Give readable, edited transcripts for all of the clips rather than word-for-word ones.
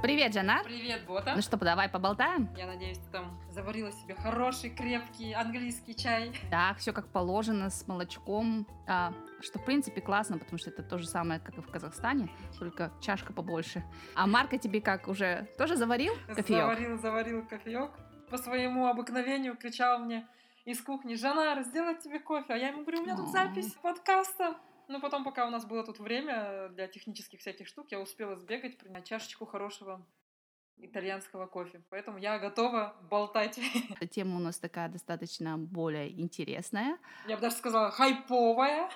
Привет, Жанар. Привет, Бота. Ну что, давай поболтаем? Я надеюсь, ты там заварила себе хороший, крепкий английский чай. Так, все как положено, с молочком. Что, в принципе, классно, потому что это то же самое, как и в Казахстане, только чашка побольше. А Марка тебе как, уже тоже заварил кофеек? Заварил кофеек. По своему обыкновению кричал мне из кухни: Жанар, сделать тебе кофе. А я ему говорю: у меня тут запись подкаста. Ну, потом, пока у нас было тут время для технических всяких штук, я успела сбегать, принять чашечку хорошего итальянского кофе. Поэтому я готова болтать. Эта тема у нас такая достаточно более интересная. Я бы даже сказала, хайповая.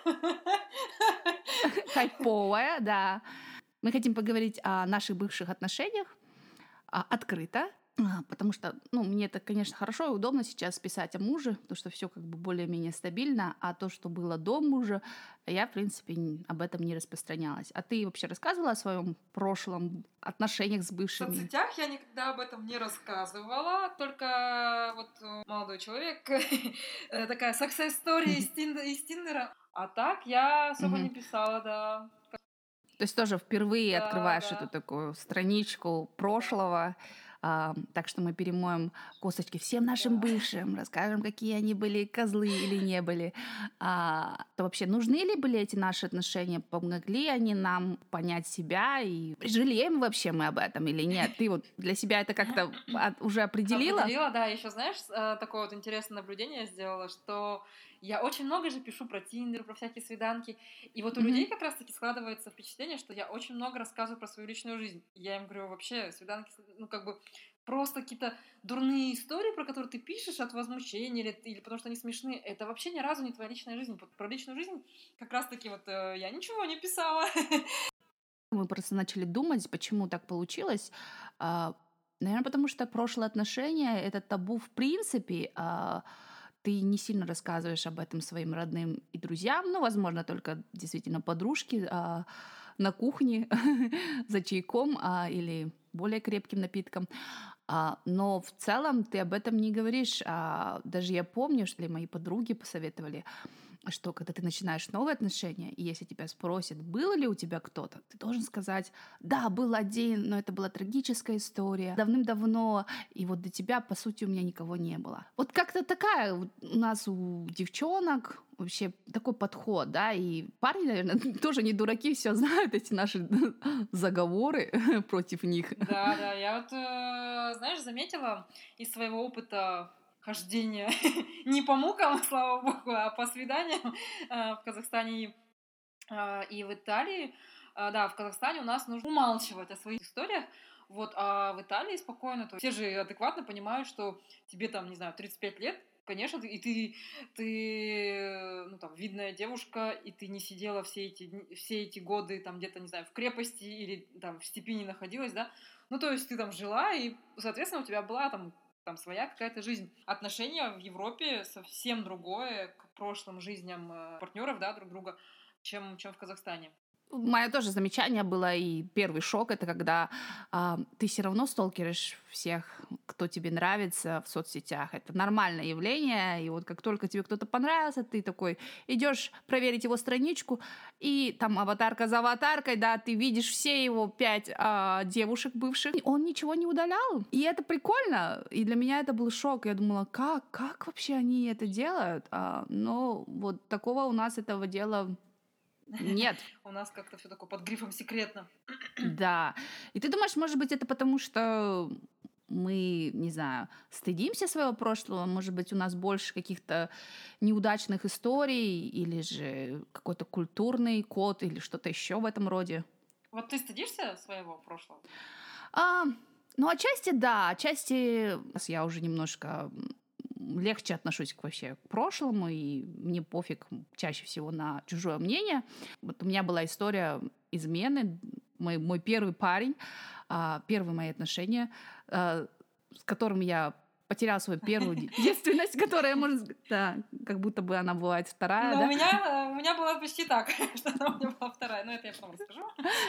Хайповая, да. Мы хотим поговорить о наших бывших отношениях открыто. Потому что, мне это, конечно, хорошо и удобно сейчас писать о муже, потому что все как бы более-менее стабильно, а то, что было до мужа, я, в принципе, об этом не распространялась. А ты вообще рассказывала о своем прошлом, отношениях с бывшими? В соцсетях я никогда об этом не рассказывала, только вот молодой человек, такая success story из Тиндера. А так я особо не писала, да. То есть тоже впервые открываешь эту такую страничку прошлого. Так что мы перемоем косточки всем нашим бывшим, расскажем, какие они были козлы или не были. То вообще нужны ли были эти наши отношения? Помогли они нам понять себя? И жалеем вообще мы об этом или нет? Ты вот для себя это как-то уже определила? Определила, да. Еще, знаешь, такое вот интересное наблюдение я сделала, что я очень много же пишу про Тиндер, про всякие свиданки. И вот у людей как раз-таки складывается впечатление, что я очень много рассказываю про свою личную жизнь. Я им говорю, вообще, свиданки, просто какие-то дурные истории, про которые ты пишешь от возмущения или потому что они смешные, это вообще ни разу не твоя личная жизнь. Про личную жизнь как раз-таки я ничего не писала. Мы просто начали думать, почему так получилось. Наверное, потому что прошлые отношения — это табу в принципе. Ты не сильно рассказываешь об этом своим родным и друзьям. Возможно, только действительно подружки на кухне за чайком или более крепким напитком. Но в целом ты об этом не говоришь. Даже я помню, что мои подруги посоветовали, что когда ты начинаешь новые отношения, и если тебя спросят, был ли у тебя кто-то, ты должен сказать: да, был один, но это была трагическая история, давным-давно, и вот до тебя, по сути, у меня никого не было. Вот как-то такая у нас у девчонок вообще такой подход, да, и парни, наверное, тоже не дураки, все знают эти наши заговоры против них. Да, я знаешь, заметила из своего опыта хождения не по мукам, слава богу, а по свиданиям в Казахстане и в Италии. Да, в Казахстане у нас нужно умалчивать о своих историях, а в Италии спокойно, то есть все же адекватно понимают, что тебе там, не знаю, 35 лет, конечно, и ты видная девушка, и ты не сидела все эти годы там где-то, не знаю, в крепости или там в степи не находилась, да, то есть ты там жила, и, соответственно, у тебя была там своя какая-то жизнь. Отношение в Европе совсем другое к прошлым жизням партнеров, да, друг друга, чем в Казахстане. Мое тоже замечание было, и первый шок — это когда ты все равно сталкиваешь всех, кто тебе нравится в соцсетях. Это нормальное явление, и вот как только тебе кто-то понравился, ты такой идешь проверить его страничку, и там аватарка за аватаркой, да, ты видишь все его 5 девушек бывших. Он ничего не удалял, и это прикольно, и для меня это был шок. Я думала, как вообще они это делают? Но вот такого у нас этого дела нет. У нас как-то все такое под грифом секретно. Да. И ты думаешь, может быть, это потому, что мы, не знаю, стыдимся своего прошлого? Может быть, у нас больше каких-то неудачных историй или же какой-то культурный код или что-то еще в этом роде? Вот ты стыдишься своего прошлого? Отчасти да. Отчасти я уже немножко легче отношусь вообще к прошлому, и мне пофиг чаще всего на чужое мнение. Вот у меня была история измены. Мой первый парень, первые мои отношения, с которым я потеряла свою первую девственность, которая, может, да, как будто бы она бывает вторая, да? У меня была почти так, что она у меня была вторая, но это я потом расскажу.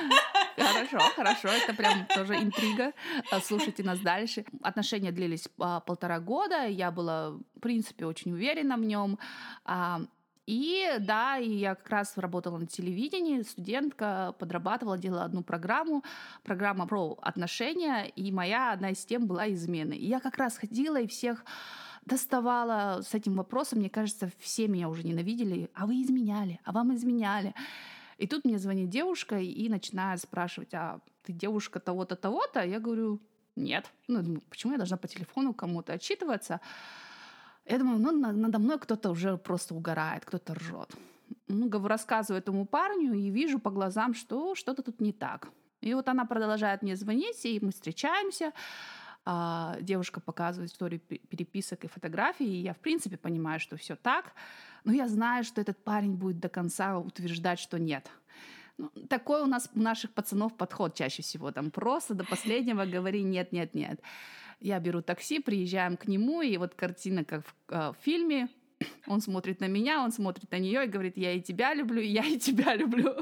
Хорошо, это прям тоже интрига. Слушайте нас дальше. Отношения длились 1,5 года, я была, в принципе, очень уверена в нем. И да, и я как раз работала на телевидении, студентка, подрабатывала, делала одну программа про отношения, и моя одна из тем была измены. И я как раз ходила и всех доставала с этим вопросом. Мне кажется, все меня уже ненавидели. А вы изменяли? А вам изменяли? И тут мне звонит девушка и начинает спрашивать: а ты девушка того-то, того-то? Я говорю: нет. Ну, я думаю, почему я должна по телефону кому-то отчитываться? Я думаю, ну, надо мной кто-то уже просто угорает, кто-то ржет. Ну, рассказываю этому парню и вижу по глазам, что что-то тут не так. И вот она продолжает мне звонить, и мы встречаемся. Девушка показывает историю переписок и фотографий, и я, в принципе, понимаю, что все так. Но я знаю, что этот парень будет до конца утверждать, что нет. Ну, такой у нас, у наших пацанов, подход чаще всего. Там просто до последнего говори нет, нет, нет. Я беру такси, приезжаем к нему, и вот картина, как в фильме. Он смотрит на меня, он смотрит на нее и говорит: я и тебя люблю, и я и тебя люблю.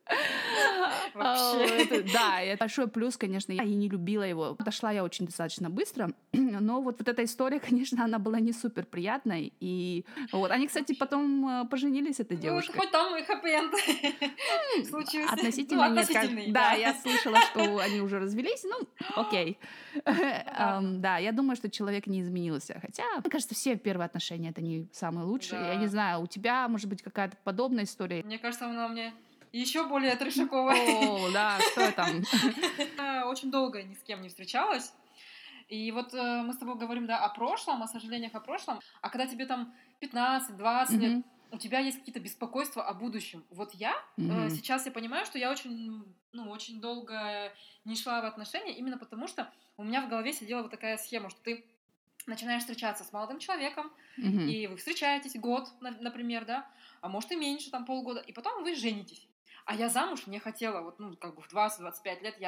Вообще. Да, и это большой плюс, конечно. Я и не любила его. Дошла я очень достаточно быстро, но вот эта история, конечно, она была не супер приятной. И вот они, кстати, потом поженились, этой Ну, вот девушкой. хоть там и хэппи-энд случился. Ну, Относительно нет. относительный, Да, да. я слышала, что они уже развелись. Ну, окей. Ладно. Да, я думаю, что человек не изменился. Хотя, мне кажется, все первые отношения — это не самые лучшие. Я не Да. знаю, у тебя, может быть, какая-то подобная история? Мне кажется, она у меня еще более трешаковая. О, да, что там? Я очень долго ни с кем не встречалась. И вот мы с тобой говорим, да, о прошлом, о сожалениях о прошлом. А когда тебе там 15-20 лет, Мгм, у тебя есть какие-то беспокойства о будущем. Вот я мгм, сейчас я понимаю, что я очень, ну, очень долго не шла в отношения, именно потому что у меня в голове сидела вот такая схема, что ты начинаешь встречаться с молодым человеком, мгм. и вы встречаетесь год, например, да, а может и меньше, там полгода, и потом вы женитесь. А я замуж не хотела, вот, ну, как бы в 20-25 лет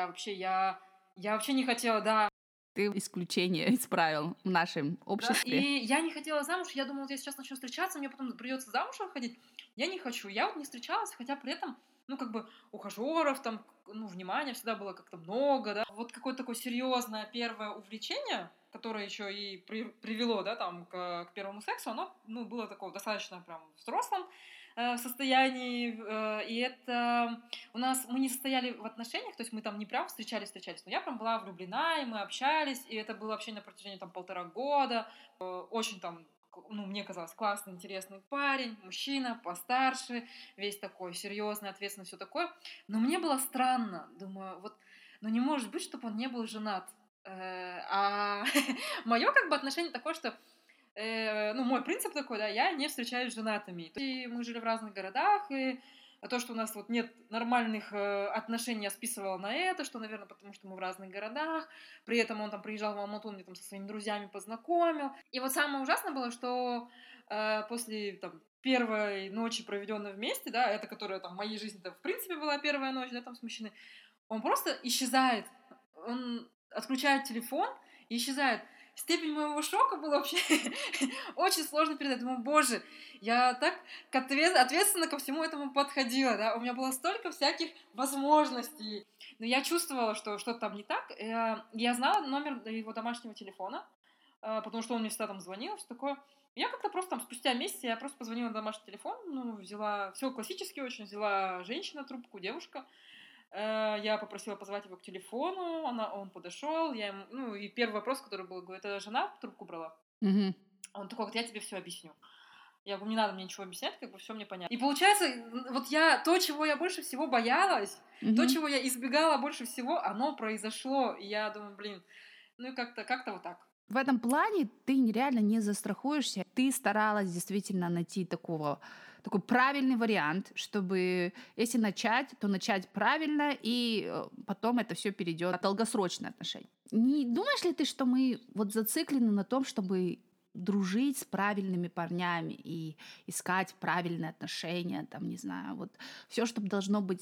я вообще не хотела, да, Ты исключение из правил в нашем да, обществе. и я не хотела замуж, я думала, вот я сейчас начну встречаться, мне потом придется замуж выходить. Я не хочу, я вот не встречалась, хотя при этом, ну, как бы, ухажеров, там, ну, внимания всегда было как-то много, да. Вот какое-то такое серьезное первое увлечение, которое еще и привело, да, там, к первому сексу, оно, ну, было такое достаточно прям взрослом состоянии, и это у нас, мы не состояли в отношениях, то есть мы там не прям встречались, но я прям была влюблена, и мы общались, и это было общение на протяжении там 1,5 года, очень там, ну, мне казалось, классный, интересный парень, мужчина, постарше, весь такой серьезный, ответственный, все такое. Но мне было странно, думаю, вот, ну не может быть, чтобы он не был женат. А мое как бы отношение такое, что ну, мой принцип такой, да, я не встречаюсь с женатыми. И мы жили в разных городах, и то, что у нас вот нет нормальных отношений, я списывала на это, что, наверное, потому что мы в разных городах. При этом он там приезжал в Алмату, он мне там со своими друзьями познакомил. И вот самое ужасное было, что после там первой ночи, проведенной вместе, да, это которая там в моей жизни, в принципе была первая ночь, да, там с мужчиной, он просто исчезает. Он отключает телефон и исчезает. Степень моего шока была вообще очень сложно передать. Думаю, боже, я так ответственно ко всему этому подходила, да, у меня было столько всяких возможностей. Но я чувствовала, что что-то там не так. Я знала номер его домашнего телефона, потому что он мне всегда там звонил, все такое. Я как-то просто там спустя месяц я просто позвонила на домашний телефон, ну, взяла, все классически очень, взяла женщина трубку, девушка, я попросила позвать его к телефону, он подошел, я ему, ну, и первый вопрос, который был, говорю, это жена трубку брала? Мгм, Он такой, вот я тебе все объясню. Я говорю, не надо мне ничего объяснять, как бы все мне понятно. И получается, вот то, чего я больше всего боялась, то, мгм. чего я избегала больше всего, оно произошло. И я думаю, блин, ну и как-то вот так. В этом плане ты реально не застрахуешься. Ты старалась действительно найти такой правильный вариант, чтобы если начать, то начать правильно, и потом это все перейдет в долгосрочные отношения. Не думаешь ли ты, что мы вот зациклены на том, чтобы дружить с правильными парнями и искать правильные отношения, там, не знаю, вот все, что должно быть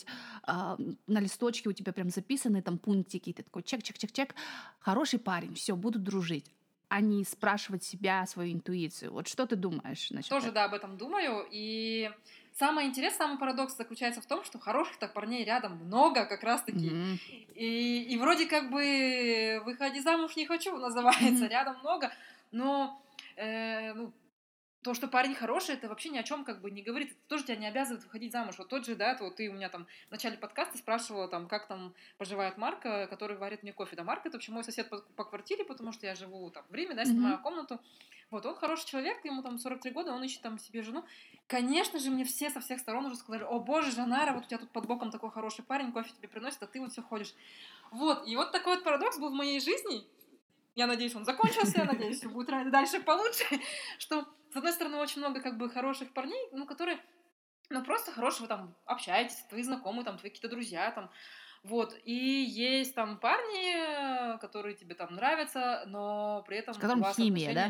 на листочке у тебя прям записаны, там пунктики, ты такой чек-чек-чек-чек, хороший парень, все, буду дружить, а не спрашивать себя, свою интуицию. Вот что ты думаешь насчет Тоже, этого? да, об этом думаю. И самое интересное, самый парадокс заключается в том, что хороших-то парней рядом много как раз-таки. Мгм. И вроде как бы «выходи замуж не хочу» называется, Мгм. рядом много, но ну, то, что парень хороший, это вообще ни о чем как бы не говорит. Это тоже тебя не обязывает выходить замуж. Вот тот же, да, вот ты у меня там в начале подкаста спрашивала, там, как там поживает Марк, который варит мне кофе. Да, Марк — это вообще мой сосед по квартире, потому что я живу там в Риме, да, снимаю комнату. Вот, он хороший человек, ему там 43 года, он ищет там себе жену. Конечно же, мне все со всех сторон уже сказали: о боже, Жанара, вот у тебя тут под боком такой хороший парень, кофе тебе приносит, а ты вот все ходишь. Вот, и вот такой вот парадокс был в моей жизни. Я надеюсь, он закончился, я надеюсь, все будет дальше получше, что, с одной стороны, очень много как бы хороших парней, ну, которые, ну, просто хорошие, вы там общаетесь, твои знакомые, там, твои какие-то друзья, там, вот, и есть там парни, которые тебе там нравятся, но при этом С у которым вас химия, да? отношения...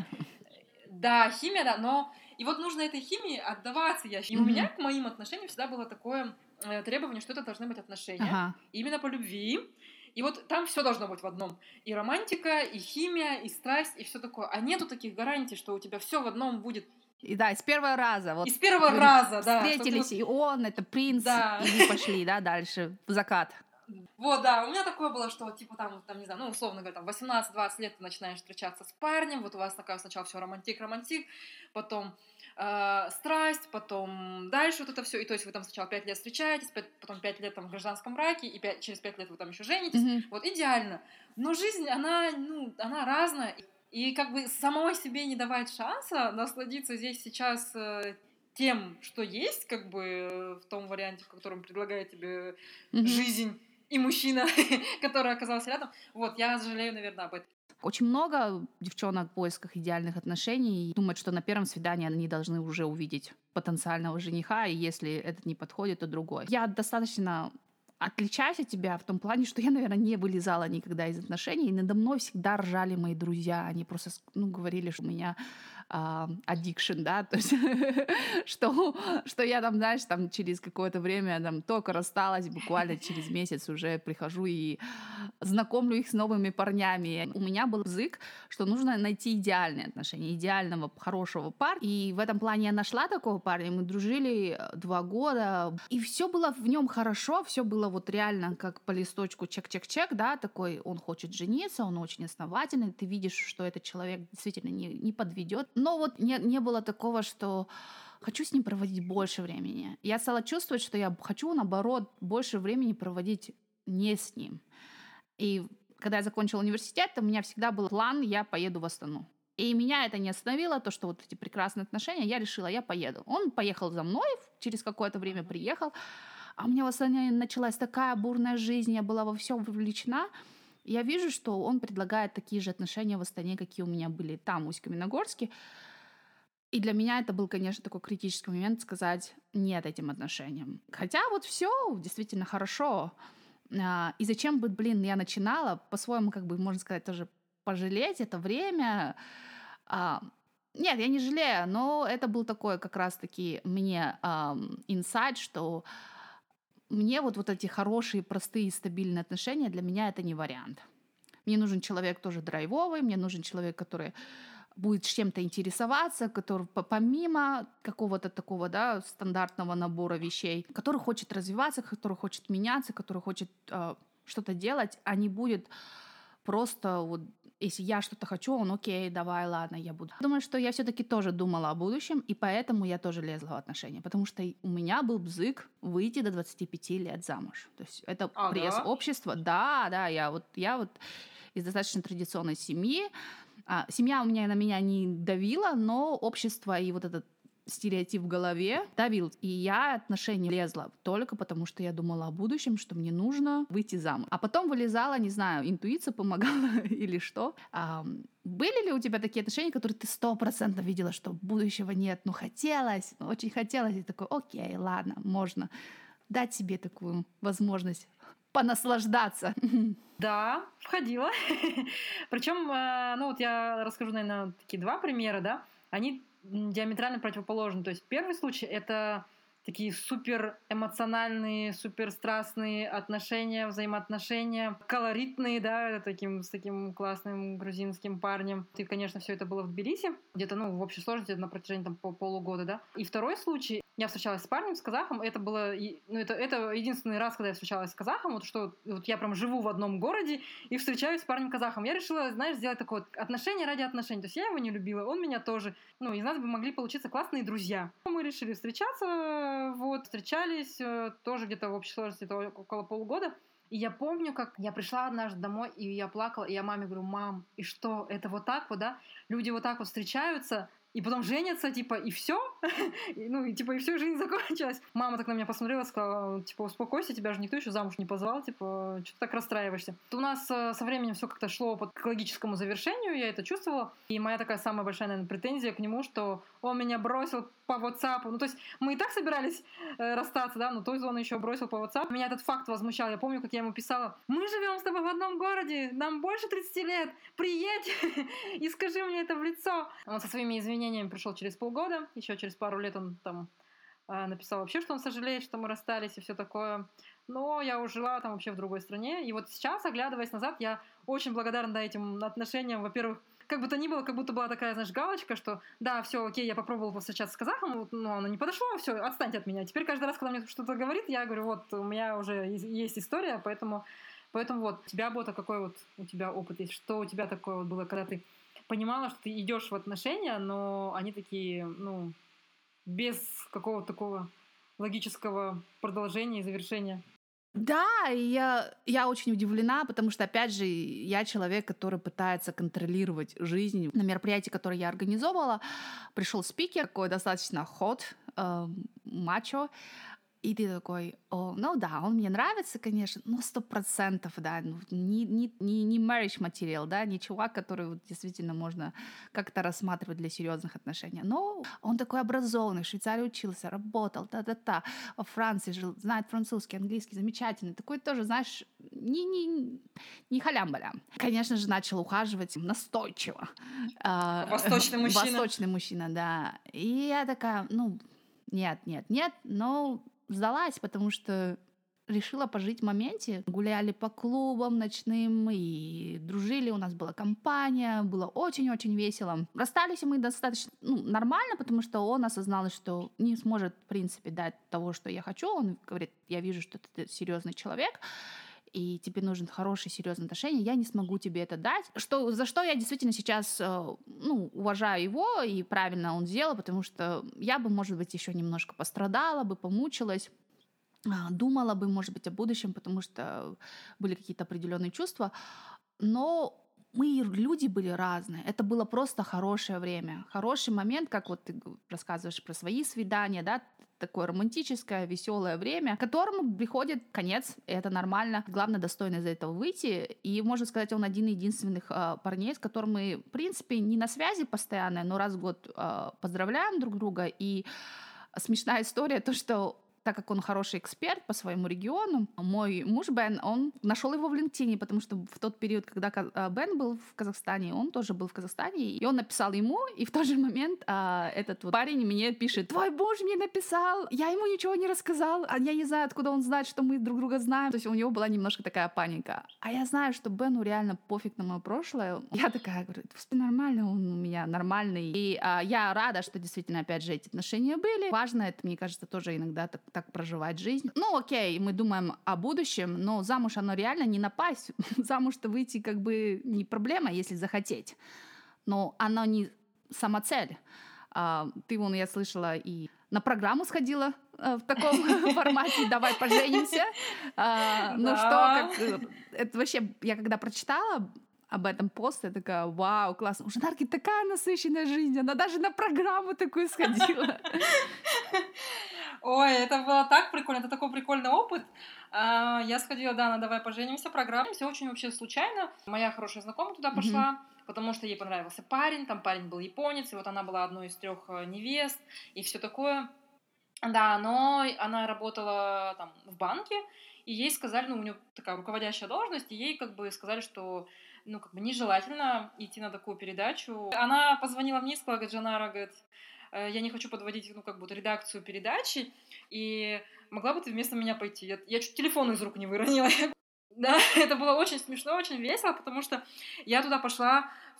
Да, химия, да, но... И вот нужно этой химии отдаваться, я считаю. И у меня к моим отношениям всегда было такое требование, что это должны быть отношения, Ага. именно по любви. И вот там все должно быть в одном. И романтика, и химия, и страсть, и все такое. А нету таких гарантий, что у тебя все в одном будет. И да, с первого раза. И Вот с первого вы раза, да. Что ты встретились, вот... и он, это принц, Да. и вы пошли, да, дальше, в закат. Вот, да, у меня такое было, что, типа, там, не знаю, ну, условно говоря, там, 18-20 лет ты начинаешь встречаться с парнем, вот у вас такая сначала все романтик, потом страсть, потом дальше вот это все, и то есть вы там сначала 5 лет встречаетесь, потом 5 лет там в гражданском браке, и через 5 лет вы там еще женитесь, вот, идеально. Но жизнь, она, ну, она разная, и как бы самой себе не давать шанса насладиться здесь сейчас тем, что есть, как бы, в том варианте, в котором предлагает тебе жизнь и мужчина, который оказался рядом. Вот, я жалею, наверное, об этом. Очень много девчонок в поисках идеальных отношений думают, что на первом свидании они должны уже увидеть потенциального жениха, и если этот не подходит, то другой. Я достаточно отличаюсь от тебя в том плане, что я, наверное, не вылезала никогда из отношений, и надо мной всегда ржали мои друзья. Они просто, ну, говорили, что у меня addiction, да, то есть что я там, знаешь, там через какое-то время там только рассталась, буквально через месяц уже прихожу и знакомлю их с новыми парнями. У меня был язык, что нужно найти идеальные отношения, идеального, хорошего парня. И в этом плане я нашла такого парня, мы дружили 2 года, и все было в нем хорошо, все было вот реально как по листочку чек-чек-чек, да, такой, он хочет жениться, он очень основательный, ты видишь, что этот человек действительно не подведет. Но вот не было такого, что хочу с ним проводить больше времени. Я стала чувствовать, что я хочу, наоборот, больше времени проводить не с ним. И когда я закончила университет, у меня всегда был план, я поеду в Астану. И меня это не остановило, то, что вот эти прекрасные отношения, я решила, я поеду. Он поехал за мной, через какое-то время приехал, а у меня в Астане началась такая бурная жизнь, я была во всем вовлечена. Я вижу, что он предлагает такие же отношения в Астане, какие у меня были там, в Усть-Каменогорске. И для меня это был, конечно, такой критический момент сказать нет этим отношениям. Хотя вот все действительно хорошо. И зачем бы, я начинала, по-своему, как бы, можно сказать, тоже пожалеть это время. Нет, я не жалею, но это был такой как раз-таки мне инсайт, что мне вот эти хорошие, простые, стабильные отношения, для меня это не вариант. Мне нужен человек тоже драйвовый, мне нужен человек, который будет чем-то интересоваться, который помимо какого-то такого, да, стандартного набора вещей, который хочет развиваться, который хочет меняться, который хочет что-то делать, а не будет просто вот если я что-то хочу, он окей, давай, ладно, я буду. Думаю, что я все-таки тоже думала о будущем, и поэтому я тоже лезла в отношения, потому что у меня был бзык выйти до 25 лет замуж. То есть это пресс общества. Да, я вот из достаточно традиционной семьи. Семья у меня на меня не давила, но общество и вот этот стереотип в голове давил. И я в отношения лезла только потому, что я думала о будущем, что мне нужно выйти замуж. А потом вылезала, не знаю, интуиция помогала или что. Были ли у тебя такие отношения, которые ты 100% видела, что будущего нет, но хотелось, очень хотелось, и такой, окей, ладно, можно дать себе такую возможность понаслаждаться. Да, входила. Причем, ну вот я расскажу, наверное, такие 2 примера, да. Они диаметрально противоположны. То есть первый случай — это такие супер эмоциональные, супер страстные отношения, взаимоотношения, колоритные, да, с таким классным грузинским парнем. И, конечно, все это было в Тбилиси, где-то, ну, в общей сложности на протяжении там полугода, да. И второй случай я встречалась с парнем, с казахом, это было, ну, это единственный раз, когда я встречалась с казахом, вот что вот я прям живу в одном городе и встречаюсь с парнем-казахом. Я решила, знаешь, сделать такое вот отношение ради отношений. То есть я его не любила, он меня тоже. Ну, из нас бы могли получиться классные друзья. Мы решили встречаться, вот, встречались тоже где-то в общей сложности около полугода. И я помню, как я пришла однажды домой, и я плакала, и я маме говорю: мам, и что, это вот так вот, да? Люди вот так вот встречаются, и потом женятся, типа, и все, ну, и типа, и все, жизнь закончилась. Мама так на меня посмотрела, сказала, типа, успокойся, тебя же никто еще замуж не позвал, типа, что ты так расстраиваешься. У нас со временем все как-то шло к логическому завершению, я это чувствовала, и моя такая самая большая, наверное, претензия к нему, что он меня бросил по WhatsApp. Ну, то есть мы и так собирались расстаться, да, но то есть он еще бросил по WhatsApp. Меня этот факт возмущал. Я помню, как я ему писала: мы живем с тобой в одном городе, нам больше 30 лет, приедь и скажи мне это в лицо. Он со своими извинениями пришел через полгода, еще через пару лет он там написал вообще, что он сожалеет, что мы расстались и все такое. Но я уже жила там вообще в другой стране. И вот сейчас, оглядываясь назад, я очень благодарна, да, этим отношениям. Во-первых, как бы то ни было, как будто была такая, знаешь, галочка, что да, все, окей, я попробовала повстречаться с казахом, но оно не подошло, все, отстаньте от меня. Теперь каждый раз, когда мне что-то говорит, я говорю: вот, у меня уже есть история, поэтому вот, у тебя, Бота, какой вот у тебя опыт есть? Что у тебя такое вот было, когда ты понимала, что ты идешь в отношения, но они такие, ну, без какого-то такого логического продолжения и завершения? Да, и я очень удивлена, потому что, опять же, я человек, который пытается контролировать жизнь. На мероприятии, которое я организовывала, пришел спикер, такой достаточно hot, мачо, и ты такой: о, ну да, он мне нравится, конечно, но 100%, да, ну, не marriage material, да, не чувак, который вот действительно можно как-то рассматривать для серьезных отношений. Но он такой образованный, в Швейцарии учился, работал, та-та-та, во Франции жил, знает французский, английский, замечательный. Такой тоже, знаешь, не халям-балям. Конечно же, начал ухаживать настойчиво. Восточный мужчина. Восточный мужчина, да. И я такая: ну, нет, но сдалась, потому что решила пожить в моменте. Гуляли по клубам ночным и дружили, у нас была компания, было очень-очень весело. Расстались мы достаточно нормально, потому что он осознал, что не сможет, в принципе, дать того, что я хочу. Он говорит: я вижу, что ты серьезный человек, и тебе нужен хороший, серьезный отношения, я не смогу тебе это дать. За что я действительно сейчас уважаю его, и правильно он сделал, потому что я бы, может быть, еще немножко пострадала бы, помучилась, думала бы, может быть, о будущем, потому что были какие-то определенные чувства. Но мы люди были разные. Это было просто хорошее время. Хороший момент, как вот ты рассказываешь про свои свидания, да, такое романтическое, веселое время, к которому приходит конец, и это нормально. Главное, достойно из этого выйти. И, можно сказать, он один из единственных парней, с которым мы, в принципе, не на связи постоянно, но раз в год поздравляем друг друга. И смешная история, то, что так как он хороший эксперт по своему региону, мой муж Бен, он нашел его в LinkedIn, потому что в тот период, когда Бен был в Казахстане, он тоже был в Казахстане, и он написал ему, и в тот же момент этот вот парень мне пишет: твой муж мне написал, я ему ничего не рассказал, я не знаю, откуда он знает, что мы друг друга знаем. То есть у него была немножко такая паника. А я знаю, что Бену реально пофиг на мое прошлое. Я такая говорю: нормально, он у меня нормальный. И я рада, что действительно, опять же, эти отношения были. Важно это, мне кажется, тоже иногда так проживать жизнь. Ну, окей, мы думаем о будущем, но замуж оно реально не напасть. Замуж-то выйти как бы не проблема, если захотеть. Но оно не самоцель. Ты, я слышала, и на программу сходила в таком формате «давай поженимся». Ну что, это вообще, я когда прочитала об этом пост, я такая: вау, классно. У Жанарки такая насыщенная жизнь, она даже на программу такую сходила. Ой, это было так прикольно, это такой прикольный опыт. Я сходила, да, на «Давай поженимся» программу. Все очень вообще случайно. Моя хорошая знакомая туда пошла, потому что ей понравился парень. Там парень был японец, и вот она была одной из 3 невест, и все такое. Да, но она работала там в банке, и ей сказали, у нее такая руководящая должность, и ей как бы сказали, что нежелательно идти на такую передачу. Она позвонила мне и сказала: говорит: Жанара, говорит, я не хочу подводить, редакцию передачи, и могла бы ты вместо меня пойти? Я чуть телефон из рук не выронила. Да, это было очень смешно, очень весело, потому что я туда пошла в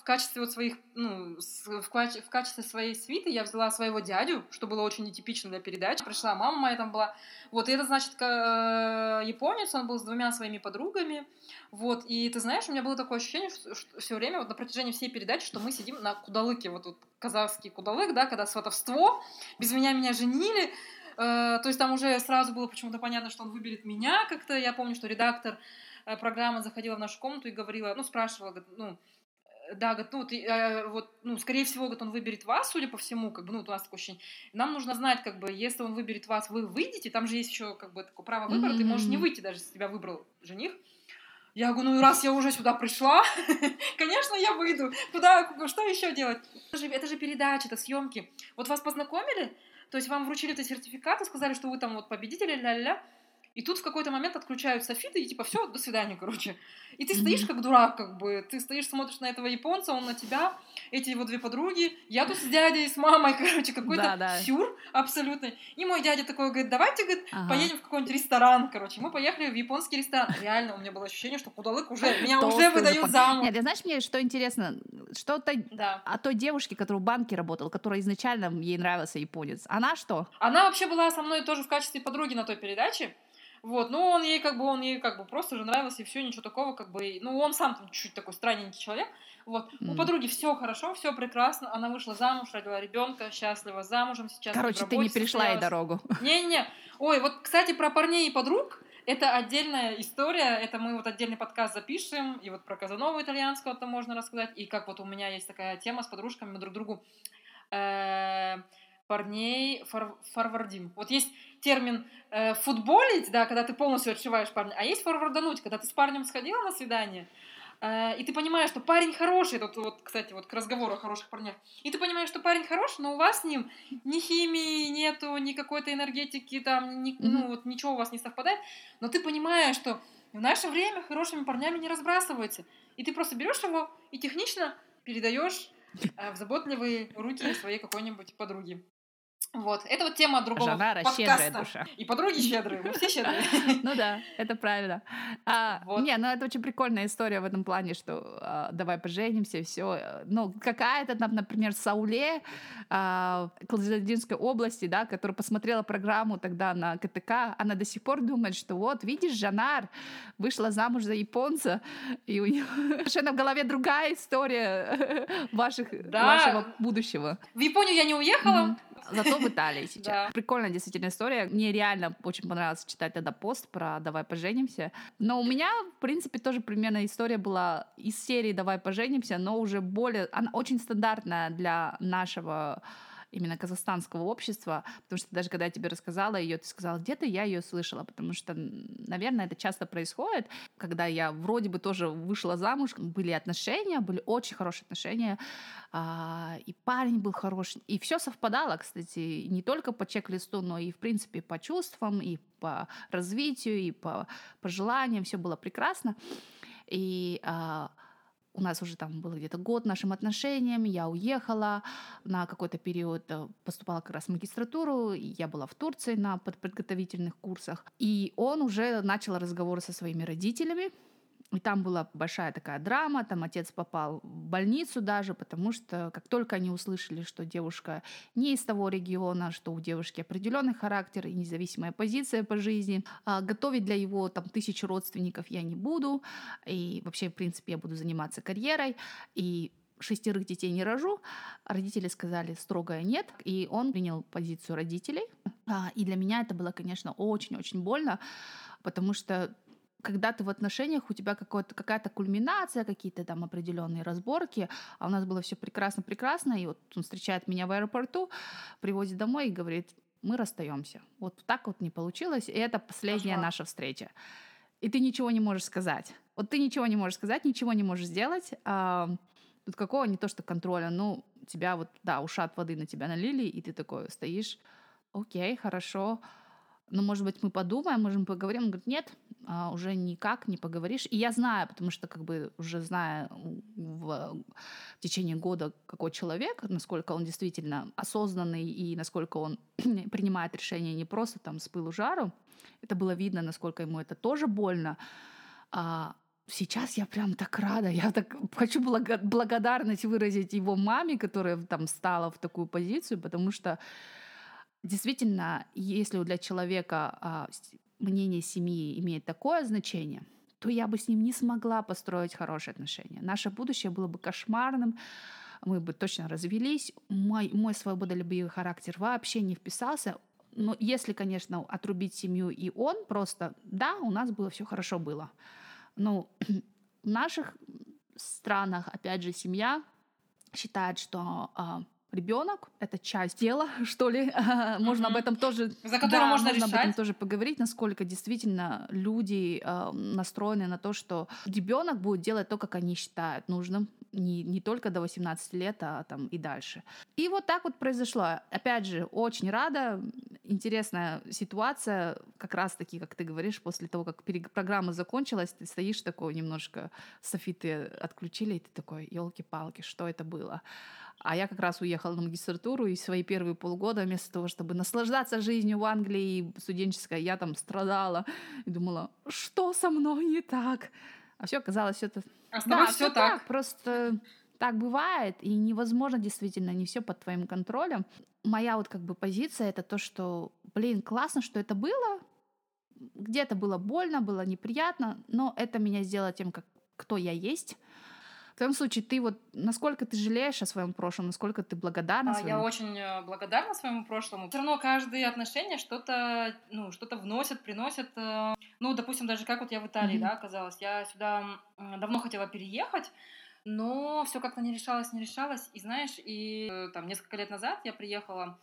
качестве вот своих, ну, в качестве своей свиты я взяла своего дядю, что было очень нетипично для передачи. Пришла мама моя там была. Вот, и это, значит, японец, он был с 2 своими подругами. Вот, и ты знаешь, у меня было такое ощущение, что все время, вот на протяжении всей передачи, что мы сидим на кудалыке, вот казахский кудалык, да, когда сватовство, без меня женили. То есть там уже сразу было почему-то понятно, что он выберет меня как-то. Я помню, что редактор программы заходила в нашу комнату и говорила, ну, спрашивала, говорит, ну, да, говорит, ну, вот, ну, скорее всего, говорит, он выберет вас, судя по всему, как бы, ну, вот у нас такое ощущение. Нам нужно знать, как бы, если он выберет вас, вы выйдете, там же есть еще, как бы, такое право выбора, ты можешь не Мгм. выйти, даже если тебя выбрал жених. Я говорю, ну, раз я уже сюда пришла, конечно, я выйду. Куда, что еще делать? Это же передача, это съемки. Вот вас познакомили, то есть вам вручили этот сертификат и сказали, что вы там вот победители, ля-ля-ля. И тут в какой-то момент отключают софиты, и типа, все, до свидания, короче. И ты стоишь Мгм. как дурак, как бы. Ты стоишь, смотришь на этого японца, он на тебя, эти его 2 подруги. Я тут с дядей, с мамой, короче, какой-то Да, да. сюр абсолютный. И мой дядя такой говорит, давайте, говорит, Ага. поедем в какой-нибудь ресторан, короче. Мы поехали в японский ресторан. Реально, у меня было ощущение, что кудалык уже, меня уже Толстый уже выдают замуж. Нет, ты знаешь, мне что интересно, что-то Да. о той девушке, которая в банке работала, которая изначально ей нравился японец. Она что? Она вообще была со мной тоже в качестве подруги на той передаче. Вот, ну он ей как бы просто же нравился, и все, ничего такого, как бы, ну он сам там чуть-чуть такой странненький человек. Вот, у М. подруги все хорошо, все прекрасно, она вышла замуж, родила ребенка, счастлива замужем, сейчас в Короче, ты не работе перешла ей состоялась. дорогу. Не-не-не, ой, вот, кстати, про парней и подруг, это отдельная история, это мы вот отдельный подкаст запишем, и вот про Казанову итальянского там можно рассказать, и как вот у меня есть такая тема с подружками, мы друг другу э, парней форвардим. Вот есть термин футболить, да, когда ты полностью отшиваешь парня, а есть форвардануть, когда ты с парнем сходила на свидание, и ты понимаешь, что парень хороший, тут вот, кстати, вот к разговору о хороших парнях, и ты понимаешь, что парень хороший, но у вас с ним ни химии нету, ни какой-то энергетики, там, Мгм. ну, вот ничего у вас не совпадает, но ты понимаешь, что в наше время хорошими парнями не разбрасываются, и ты просто берешь его и технично передаешь в заботливые руки своей какой-нибудь подруги. Вот, это вот тема другого Жанара щедрая подкаста. душа. И подруги щедрые, мы все щедрые. Ну да, это правильно. Вот. Не, ну это очень прикольная история в этом плане, что давай поженимся, все. Ну, какая-то там, например, Сауле Калужской области, да, которая посмотрела программу тогда на КТК, она до сих пор думает, что вот, видишь, Жанар вышла замуж за японца, и у нее совершенно в голове другая история вашего Да, будущего. в Японию я не уехала. Мгм. Зато в Италии сейчас. Да. Прикольная действительно история. Мне реально очень понравилось читать тогда пост про «Давай поженимся». Но у меня, в принципе, тоже примерно история была из серии «Давай поженимся», но уже более... Она очень стандартная для нашего именно казахстанского общества, потому что даже когда я тебе рассказала ее, ты сказала, где-то я ее слышала, потому что, наверное, это часто происходит, когда я вроде бы тоже вышла замуж, были отношения, были очень хорошие отношения, и парень был хороший, и все совпадало, кстати, не только по чек-листу, но и, в принципе, по чувствам, и по развитию, и по пожеланиям, все было прекрасно. И у нас уже там был где-то год нашим отношениям, я уехала на какой-то период, поступала как раз в магистратуру, и я была в Турции на подготовительных курсах, и он уже начал разговоры со своими родителями, и там была большая такая драма, там отец попал в больницу даже, потому что как только они услышали, что девушка не из того региона, что у девушки определенный характер и независимая позиция по жизни, готовить для его там 1000 родственников я не буду, и вообще, в принципе, я буду заниматься карьерой, и 6 детей не рожу. Родители сказали строгое нет, и он принял позицию родителей. И для меня это было, конечно, очень-очень больно, потому что когда ты в отношениях, у тебя какая-то кульминация, какие-то там определенные разборки, а у нас было все прекрасно-прекрасно, и вот он встречает меня в аэропорту, привозит домой и говорит, мы расстаемся. Вот так вот не получилось, и это последняя Кошмар. наша встреча. И ты ничего не можешь сказать. Вот ты ничего не можешь сказать, ничего не можешь сделать. Тут какого не то что контроля, ну, тебя вот, да, ушат воды на тебя налили, и ты такой стоишь, окей, хорошо, ну, может быть, мы подумаем, можем поговорим. Он говорит, нет, уже никак не поговоришь. И я знаю, потому что как бы уже зная в течение года, какой человек, насколько он действительно осознанный и насколько он принимает решения не просто там с пылу жару, это было видно, насколько ему это тоже больно. сейчас я прям так рада. Я так хочу благодарность выразить его маме, которая там стала в такую позицию, потому что действительно, если для человека мнение семьи имеет такое значение, то я бы с ним не смогла построить хорошие отношения. Наше будущее было бы кошмарным, мы бы точно развелись. Мой свободолюбивый характер вообще не вписался. Но если, конечно, отрубить семью и он, просто, да, у нас было все хорошо было. Но в наших странах, опять же, семья считает, что ребенок это часть тела, что ли. Можно об Мгм. этом тоже, За которую да, можно можно об этом решать. тоже поговорить, насколько действительно люди настроены на то, что ребенок будет делать то, как они считают нужным, не только до 18 лет, а там и дальше. И вот так вот произошло. Опять же, очень рада. Интересная ситуация, как раз-таки, как ты говоришь, после того, как программа закончилась, ты стоишь такой немножко, софиты отключили, и ты такой, елки-палки, что это было? А я как раз уехала на магистратуру, и свои первые полгода вместо того, чтобы наслаждаться жизнью в Англии студенческой, я там страдала и думала, что со мной не так? А все оказалось, все это... А с тобой Да, все все так. так, просто так бывает, и невозможно действительно, не все под твоим контролем. Моя вот как бы позиция — это то, что, блин, классно, что это было, где-то было больно, было неприятно, но это меня сделало тем, кто я есть. В твоем случае ты вот насколько ты жалеешь о своем прошлом, насколько ты благодарна Я своему... очень благодарна своему прошлому. Все равно каждые отношения что-то, ну, что-то вносят, приносят. Ну, допустим, даже как вот я в Италии, Мгм. да, оказалась. Я сюда давно хотела переехать, но все как-то не решалось, не решалось. И знаешь, там несколько лет назад я приехала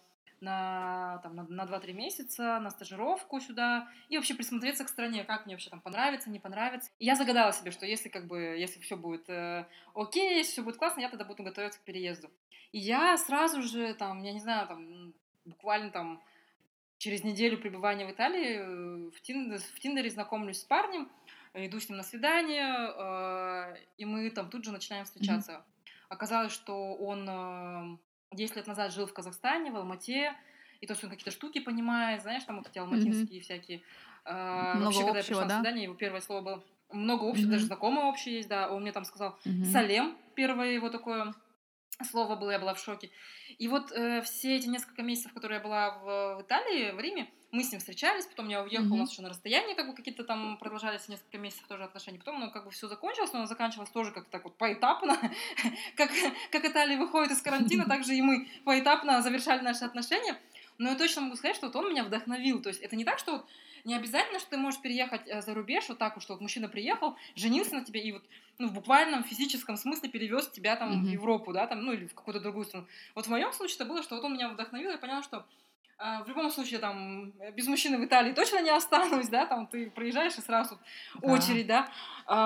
на 2-3 месяца на стажировку сюда и вообще присмотреться к стране, как мне вообще там понравится, не понравится. И я загадала себе, что если как бы, если все будет окей, если все будет классно, я тогда буду готовиться к переезду. И я сразу же там, я не знаю, там буквально там через неделю пребывания в Италии в Тиндере знакомлюсь с парнем, иду с ним на свидание, и мы там тут же начинаем Мгм. встречаться. Оказалось, что он 10 лет назад жил в Казахстане, в Алмате, и то есть он какие-то штуки понимает, знаешь, там вот эти Мгм. алматинские всякие. Много Вообще, когда я общего, пришла на да? свидание, его первое слово было много общего, даже Мгм. знакомые общие есть, да. Он мне там сказал Мгм. «салем», первое его такое слово было, я была в шоке. И вот все эти несколько месяцев, которые я была в Италии, в Риме, мы с ним встречались, потом я уехала, у Мгм. нас еще на расстоянии как бы какие-то там продолжались несколько месяцев тоже отношения, потом ну, как бы все закончилось, но оно заканчивалось тоже как-то так вот поэтапно, как, как Италия выходит из карантина, так же и мы поэтапно завершали наши отношения. Но я точно могу сказать, что вот он меня вдохновил. То есть это не так, что вот не обязательно, что ты можешь переехать за рубеж, вот так вот, что вот мужчина приехал, женился на тебе и вот ну, в буквальном физическом смысле перевез тебя там в Мгм. Европу, да, там, ну или в какую-то другую страну. Вот в моем случае это было, что вот он меня вдохновил, я поняла, что в любом случае там без мужчины в Италии точно не останусь, да, там ты проезжаешь и сразу Да. очередь, да,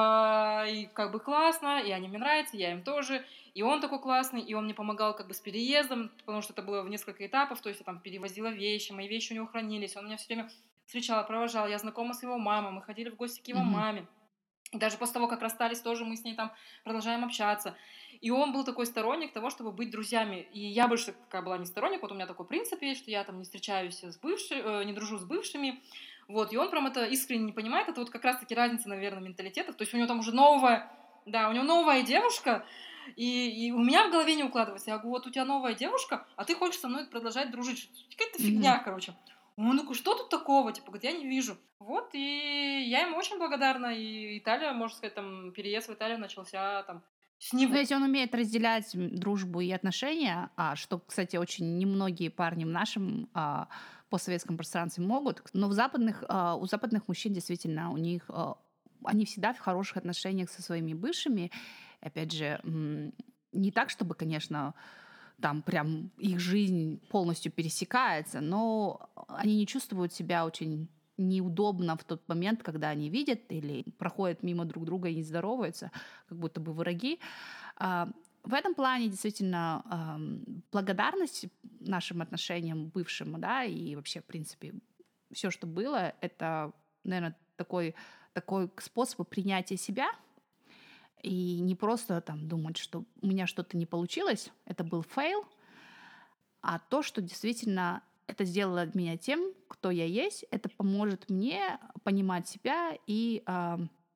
и как бы классно, и они мне нравятся, я им тоже, и он такой классный, и он мне помогал как бы с переездом, потому что это было в несколько этапов, то есть я там перевозила вещи, мои вещи у него хранились, он меня все время встречал, провожал, я знакома с его мамой, мы ходили в гости к его Мгм. маме, и даже после того, как расстались, тоже мы с ней там продолжаем общаться. И он был такой сторонник того, чтобы быть друзьями. И я больше такая была не сторонник. Вот у меня такой принцип есть, что я там не встречаюсь с бывшими, не дружу с бывшими. Вот, и он прям это искренне не понимает. Это вот как раз-таки разница, наверное, менталитетов. То есть у него там уже новая, да, у него новая девушка, и у меня в голове не укладывается. Я говорю, вот у тебя новая девушка, а ты хочешь со мной продолжать дружить. Какая-то Мгм. фигня, короче. Он такой, что тут такого? Типа, говорит, я не вижу. Вот, и я ему очень благодарна. И Италия, можно сказать, там, переезд в Италию начался там с Ну, него. если он умеет разделять дружбу и отношения, что, кстати, очень немногие парни в нашем постсоветском пространстве могут, но у западных мужчин действительно у них они всегда в хороших отношениях со своими бывшими. Опять же, не так, чтобы, конечно, там прям их жизнь полностью пересекается, но они не чувствуют себя очень неудобно в тот момент, когда они видят или проходят мимо друг друга и не здороваются, как будто бы враги. А, В этом плане действительно благодарность нашим отношениям бывшим, да, и вообще, в принципе, все, что было, это, наверное, такой способ принятия себя, и не просто там думать, что у меня что-то не получилось, это был фейл, а то, что действительно это сделало меня тем, кто я есть, это поможет мне понимать себя и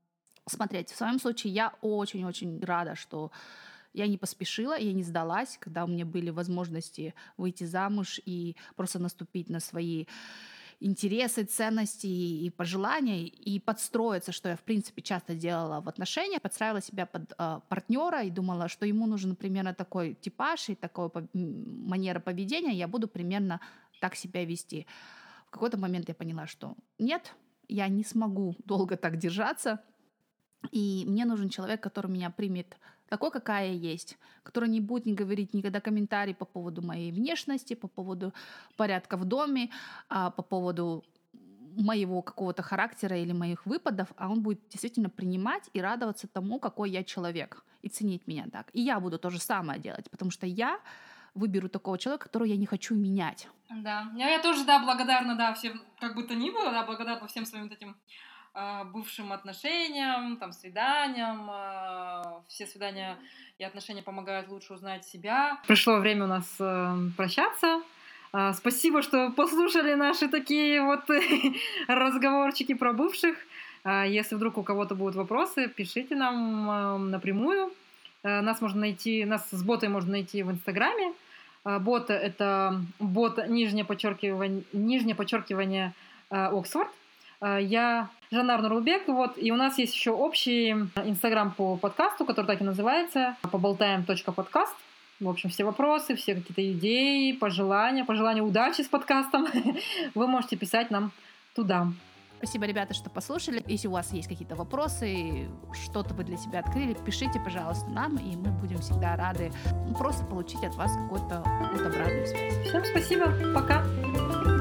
смотреть. В своем случае я очень-очень рада, что я не поспешила, я не сдалась, когда у меня были возможности выйти замуж и просто наступить на свои интересы, ценности и пожелания, и подстроиться, что я, в принципе, часто делала в отношениях, подстраивала себя под партнера и думала, что ему нужен примерно такой типаж и такая манера поведения, я буду примерно так себя вести. В какой-то момент я поняла, что нет, я не смогу долго так держаться, и мне нужен человек, который меня примет такой, какая я есть, который не будет не говорить никогда комментарий по поводу моей внешности, по поводу порядка в доме, по поводу моего какого-то характера или моих выпадов, а он будет действительно принимать и радоваться тому, какой я человек, и ценить меня так. И я буду то же самое делать, потому что я выберу такого человека, которого я не хочу менять. Да, я тоже, да, благодарна, да, всем, как бы то ни было, да, благодарна всем своим вот этим бывшим отношениям, там, свиданиям. Все свидания и отношения помогают лучше узнать себя. Пришло время у нас прощаться. Спасибо, что послушали наши такие вот разговорчики про бывших. Если вдруг у кого-то будут вопросы, пишите нам напрямую. Нас с ботой можно найти в Инстаграме. Бота — это бот нижнее подчеркивание Оксфорд. Я Жанар Нурлбек, вот, и у нас есть еще общий Инстаграм по подкасту, который так и называется, поболтаем.подкаст. В общем, все вопросы, все какие-то идеи, пожелания удачи с подкастом вы можете писать нам туда. Спасибо, ребята, что послушали. Если у вас есть какие-то вопросы, что-то вы для себя открыли, пишите, пожалуйста, нам, и мы будем всегда рады просто получить от вас какую-то обратную связь. Всем спасибо, пока!